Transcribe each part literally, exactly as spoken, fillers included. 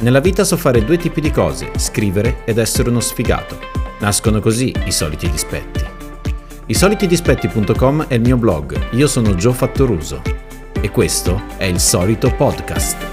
Nella vita so fare due tipi di cose, scrivere ed essere uno sfigato. Nascono così i soliti dispetti. i soliti dispetti punto com è il mio blog, io sono Gio Fattoruso e questo è il Solito Podcast.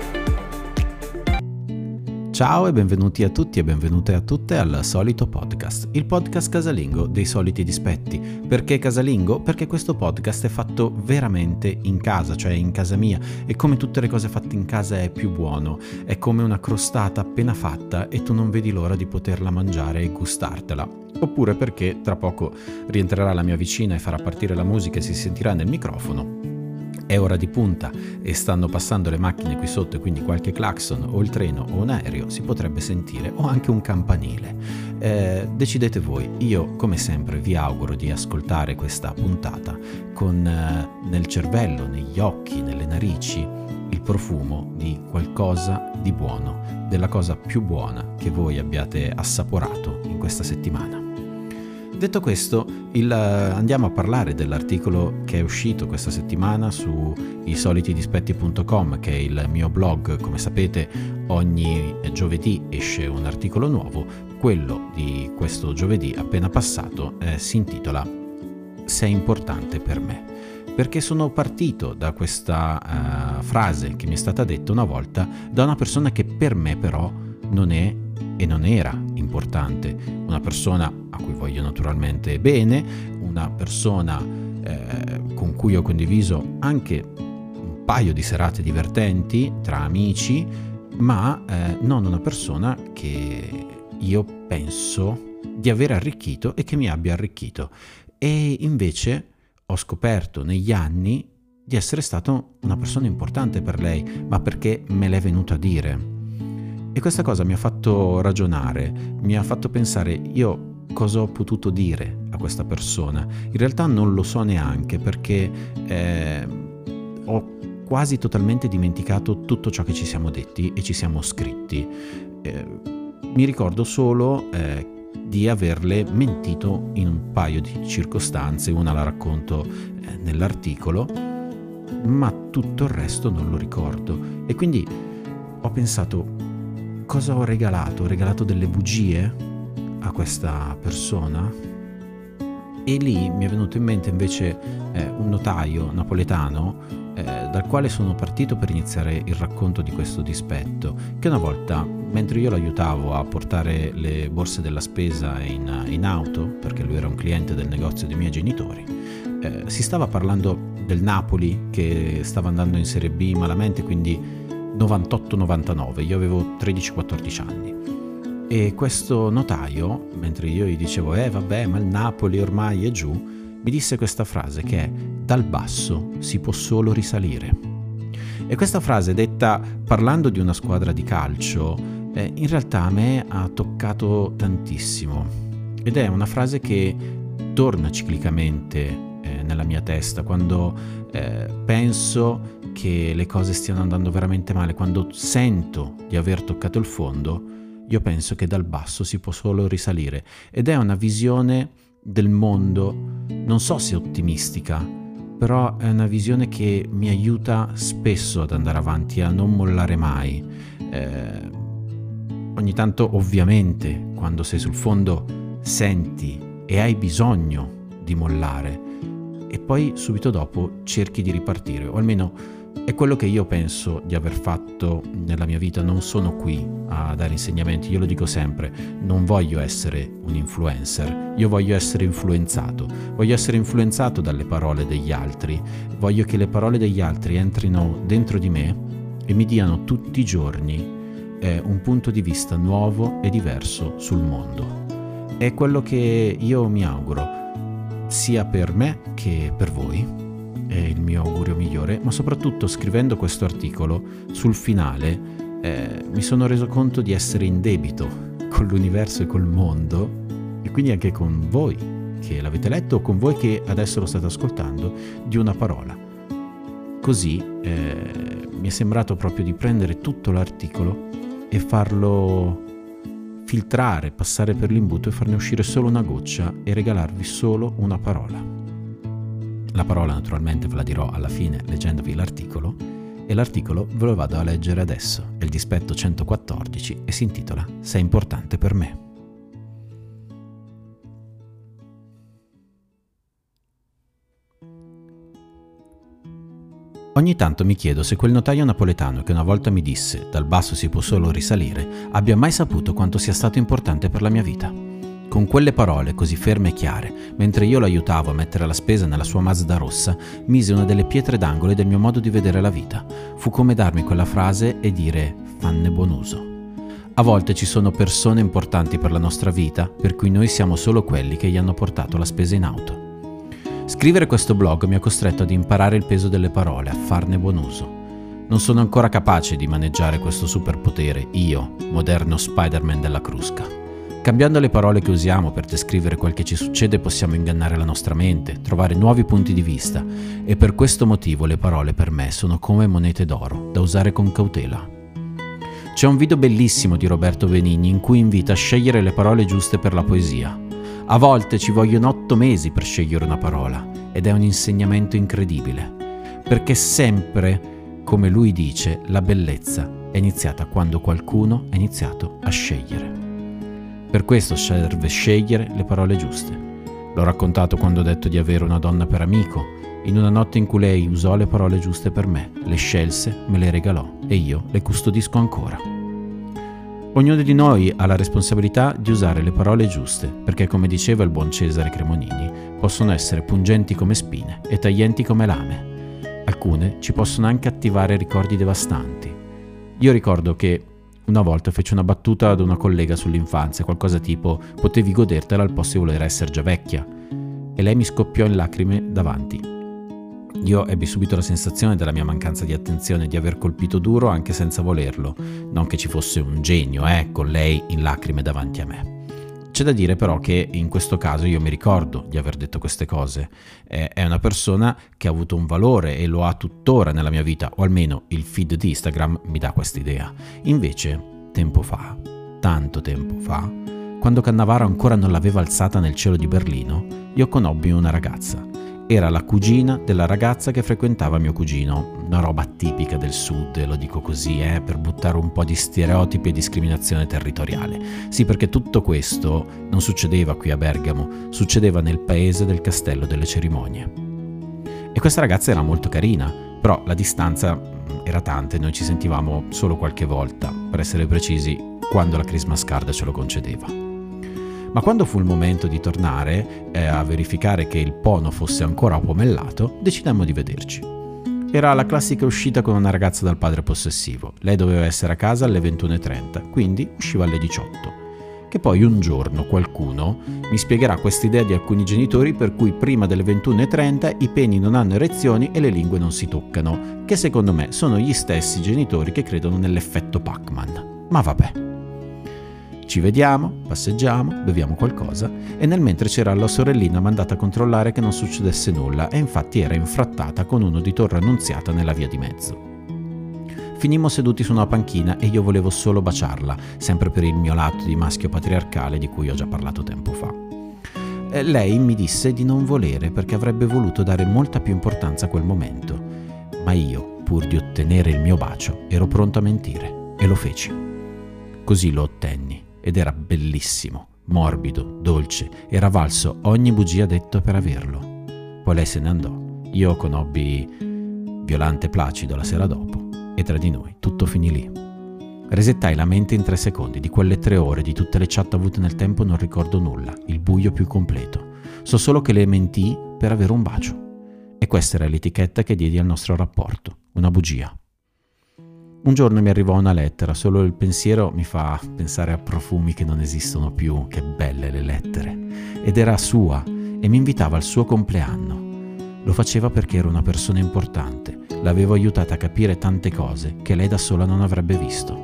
Ciao e benvenuti a tutti e benvenute a tutte al Solito Podcast, il podcast casalingo dei soliti dispetti. Perché casalingo? Perché questo podcast è fatto veramente in casa, cioè in casa mia, e come tutte le cose fatte in casa è più buono, è come una crostata appena fatta e tu non vedi l'ora di poterla mangiare e gustartela. Oppure perché tra poco rientrerà la mia vicina e farà partire la musica e si sentirà nel microfono. È ora di punta e stanno passando le macchine qui sotto e quindi qualche clacson o il treno o un aereo si potrebbe sentire, o anche un campanile. Eh, decidete voi. Io come sempre vi auguro di ascoltare questa puntata con eh, nel cervello, negli occhi, nelle narici il profumo di qualcosa di buono, della cosa più buona che voi abbiate assaporato in questa settimana. Detto questo, il, andiamo a parlare dell'articolo che è uscito questa settimana su i soliti dispetti punto com, che è il mio blog. Come sapete, ogni giovedì esce un articolo nuovo. Quello di questo giovedì appena passato eh, si intitola "Sei importante per me", perché sono partito da questa uh, frase che mi è stata detta una volta da una persona che per me però non è e non era importante, una persona a cui voglio naturalmente bene, una persona eh, con cui ho condiviso anche un paio di serate divertenti tra amici, ma eh, non una persona che io penso di aver arricchito e che mi abbia arricchito. E invece ho scoperto negli anni di essere stato una persona importante per lei, ma perché me l'è venuto a dire. E questa cosa mi ha fatto ragionare, mi ha fatto pensare io cosa ho potuto dire a questa persona. In realtà non lo so neanche, perché eh, ho quasi totalmente dimenticato tutto ciò che ci siamo detti e ci siamo scritti. Eh, mi ricordo solo eh, di averle mentito in un paio di circostanze, una la racconto eh, nell'articolo, ma tutto il resto non lo ricordo. E quindi ho pensato: cosa ho regalato? Ho regalato delle bugie a questa persona? E lì mi è venuto in mente invece eh, un notaio napoletano eh, dal quale sono partito per iniziare il racconto di questo dispetto, che una volta, mentre io lo aiutavo a portare le borse della spesa in, in auto, perché lui era un cliente del negozio dei miei genitori, eh, si stava parlando del Napoli che stava andando in Serie B malamente, quindi novantotto novantanove, io avevo tredici quattordici anni, e questo notaio, mentre io gli dicevo eh vabbè ma il Napoli ormai è giù, mi disse questa frase che è: dal basso si può solo risalire. E questa frase, detta parlando di una squadra di calcio, eh, in realtà a me ha toccato tantissimo, ed è una frase che torna ciclicamente eh, nella mia testa quando eh, penso che le cose stiano andando veramente male, quando sento di aver toccato il fondo. Io penso che dal basso si può solo risalire, ed è una visione del mondo, non so se ottimistica, però è una visione che mi aiuta spesso ad andare avanti, a non mollare mai. Eh, ogni tanto, ovviamente, quando sei sul fondo senti e hai bisogno di mollare, e poi subito dopo cerchi di ripartire, o almeno è quello che io penso di aver fatto nella mia vita. Non sono qui a dare insegnamenti, io lo dico sempre, non voglio essere un influencer, io voglio essere influenzato, voglio essere influenzato dalle parole degli altri, voglio che le parole degli altri entrino dentro di me e mi diano tutti i giorni eh, un punto di vista nuovo e diverso sul mondo. È quello che io mi auguro, sia per me che per voi. È il mio augurio migliore, ma soprattutto scrivendo questo articolo, sul finale eh, mi sono reso conto di essere in debito con l'universo e col mondo, e quindi anche con voi che l'avete letto o con voi che adesso lo state ascoltando, di una parola. Così eh, mi è sembrato proprio di prendere tutto l'articolo e farlo filtrare, passare per l'imbuto e farne uscire solo una goccia e regalarvi solo una parola. La parola naturalmente ve la dirò alla fine leggendovi l'articolo, e l'articolo ve lo vado a leggere adesso. È il dispetto centoquattordici e si intitola Sei importante per me. Ogni tanto mi chiedo se quel notaio napoletano che una volta mi disse «dal basso si può solo risalire» abbia mai saputo quanto sia stato importante per la mia vita. Con quelle parole così ferme e chiare, mentre io lo aiutavo a mettere la spesa nella sua Mazda rossa, mise una delle pietre d'angolo del mio modo di vedere la vita. Fu come darmi quella frase e dire «fanne buon uso». A volte ci sono persone importanti per la nostra vita, per cui noi siamo solo quelli che gli hanno portato la spesa in auto. Scrivere questo blog mi ha costretto ad imparare il peso delle parole, a farne buon uso. Non sono ancora capace di maneggiare questo superpotere, io, moderno Spider-Man della crusca. Cambiando le parole che usiamo per descrivere quel che ci succede possiamo ingannare la nostra mente, trovare nuovi punti di vista e per questo motivo le parole per me sono come monete d'oro, da usare con cautela. C'è un video bellissimo di Roberto Benigni in cui invita a scegliere le parole giuste per la poesia. A volte ci vogliono otto mesi per scegliere una parola ed è un insegnamento incredibile, perché sempre, come lui dice, la bellezza è iniziata quando qualcuno ha iniziato a scegliere. Per questo serve scegliere le parole giuste. L'ho raccontato quando ho detto di avere una donna per amico, in una notte in cui lei usò le parole giuste per me, le scelse, me le regalò e io le custodisco ancora. Ognuno di noi ha la responsabilità di usare le parole giuste, perché come diceva il buon Cesare Cremonini, possono essere pungenti come spine e taglienti come lame. Alcune ci possono anche attivare ricordi devastanti. Io ricordo che una volta feci una battuta ad una collega sull'infanzia, qualcosa tipo «potevi godertela al posto di voler essere già vecchia», e lei mi scoppiò in lacrime davanti. Io ebbi subito la sensazione della mia mancanza di attenzione, di aver colpito duro anche senza volerlo, non che ci fosse un genio, eh, con lei in lacrime davanti a me. C'è da dire però che in questo caso io mi ricordo di aver detto queste cose. Eh, è una persona che ha avuto un valore e lo ha tuttora nella mia vita, o almeno il feed di Instagram mi dà questa idea. Invece, tempo fa, tanto tempo fa, quando Cannavaro ancora non l'aveva alzata nel cielo di Berlino, io conobbi una ragazza. Era la cugina della ragazza che frequentava mio cugino, una roba tipica del sud, lo dico così, eh, per buttare un po' di stereotipi e discriminazione territoriale. Sì, perché tutto questo non succedeva qui a Bergamo, succedeva nel paese del Castello delle Cerimonie. E questa ragazza era molto carina, però la distanza era tanta e noi ci sentivamo solo qualche volta, per essere precisi, quando la Christmas card ce lo concedeva. Ma quando fu il momento di tornare eh, a verificare che il pono fosse ancora pomellato, decidemmo di vederci. Era la classica uscita con una ragazza dal padre possessivo. Lei doveva essere a casa alle ventuno e trenta, quindi usciva alle diciotto. Che poi un giorno qualcuno mi spiegherà quest'idea di alcuni genitori per cui prima delle ventuno e trenta i peni non hanno erezioni e le lingue non si toccano, che secondo me sono gli stessi genitori che credono nell'effetto Pac-Man. Ma vabbè. Ci vediamo, passeggiamo, beviamo qualcosa e nel mentre c'era la sorellina mandata a controllare che non succedesse nulla e infatti era infrattata con uno di Torre Annunziata nella via di mezzo. Finimmo seduti su una panchina e io volevo solo baciarla, sempre per il mio lato di maschio patriarcale di cui ho già parlato tempo fa. E lei mi disse di non volere perché avrebbe voluto dare molta più importanza a quel momento, ma io, pur di ottenere il mio bacio, ero pronto a mentire e lo feci. Così lo ottenni. Ed era bellissimo, morbido, dolce, era valso ogni bugia detta per averlo. Poi lei se ne andò, io conobbi Violante Placido la sera dopo e tra di noi tutto finì lì. Resettai la mente in tre secondi, di quelle tre ore, di tutte le chat avute nel tempo non ricordo nulla, il buio più completo. So solo che le mentii per avere un bacio. E questa era l'etichetta che diedi al nostro rapporto, una bugia. Un giorno mi arrivò una lettera, solo il pensiero mi fa pensare a profumi che non esistono più, che belle le lettere. Ed era sua e mi invitava al suo compleanno. Lo faceva perché era una persona importante, l'avevo aiutata a capire tante cose che lei da sola non avrebbe visto.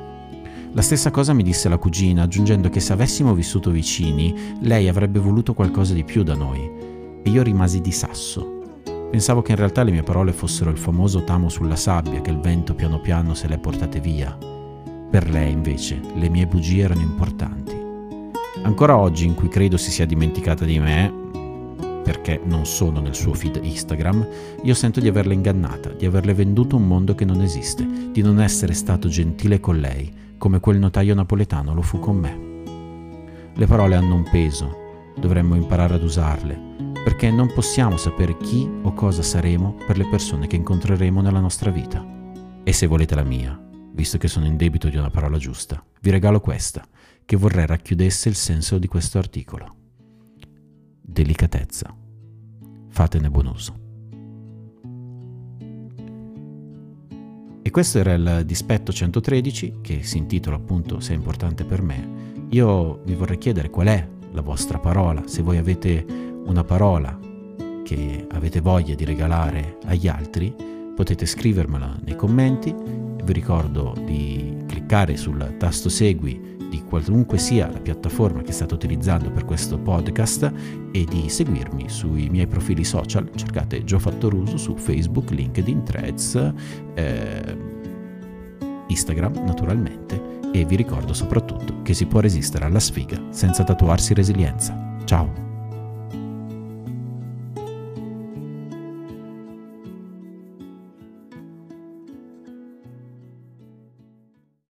La stessa cosa mi disse la cugina, aggiungendo che se avessimo vissuto vicini, lei avrebbe voluto qualcosa di più da noi. E io rimasi di sasso. Pensavo che in realtà le mie parole fossero il famoso tamo sulla sabbia che il vento piano piano se le portate via. Per lei, invece, le mie bugie erano importanti. Ancora oggi, in cui credo si sia dimenticata di me, perché non sono nel suo feed Instagram, io sento di averla ingannata, di averle venduto un mondo che non esiste, di non essere stato gentile con lei, come quel notaio napoletano lo fu con me. Le parole hanno un peso, dovremmo imparare ad usarle, perché non possiamo sapere chi o cosa saremo per le persone che incontreremo nella nostra vita. E se volete la mia, visto che sono in debito di una parola giusta, vi regalo questa, che vorrei racchiudesse il senso di questo articolo. Delicatezza. Fatene buon uso. E questo era il dispetto centotredici, che si intitola appunto Se è importante per me. Io vi vorrei chiedere qual è la vostra parola, se voi avete una parola che avete voglia di regalare agli altri, potete scrivermela nei commenti. Vi ricordo di cliccare sul tasto segui di qualunque sia la piattaforma che state utilizzando per questo podcast e di seguirmi sui miei profili social. Cercate Gio Fattoruso su Facebook, LinkedIn, Threads, eh, Instagram naturalmente, e vi ricordo soprattutto che si può resistere alla sfiga senza tatuarsi resilienza. Ciao!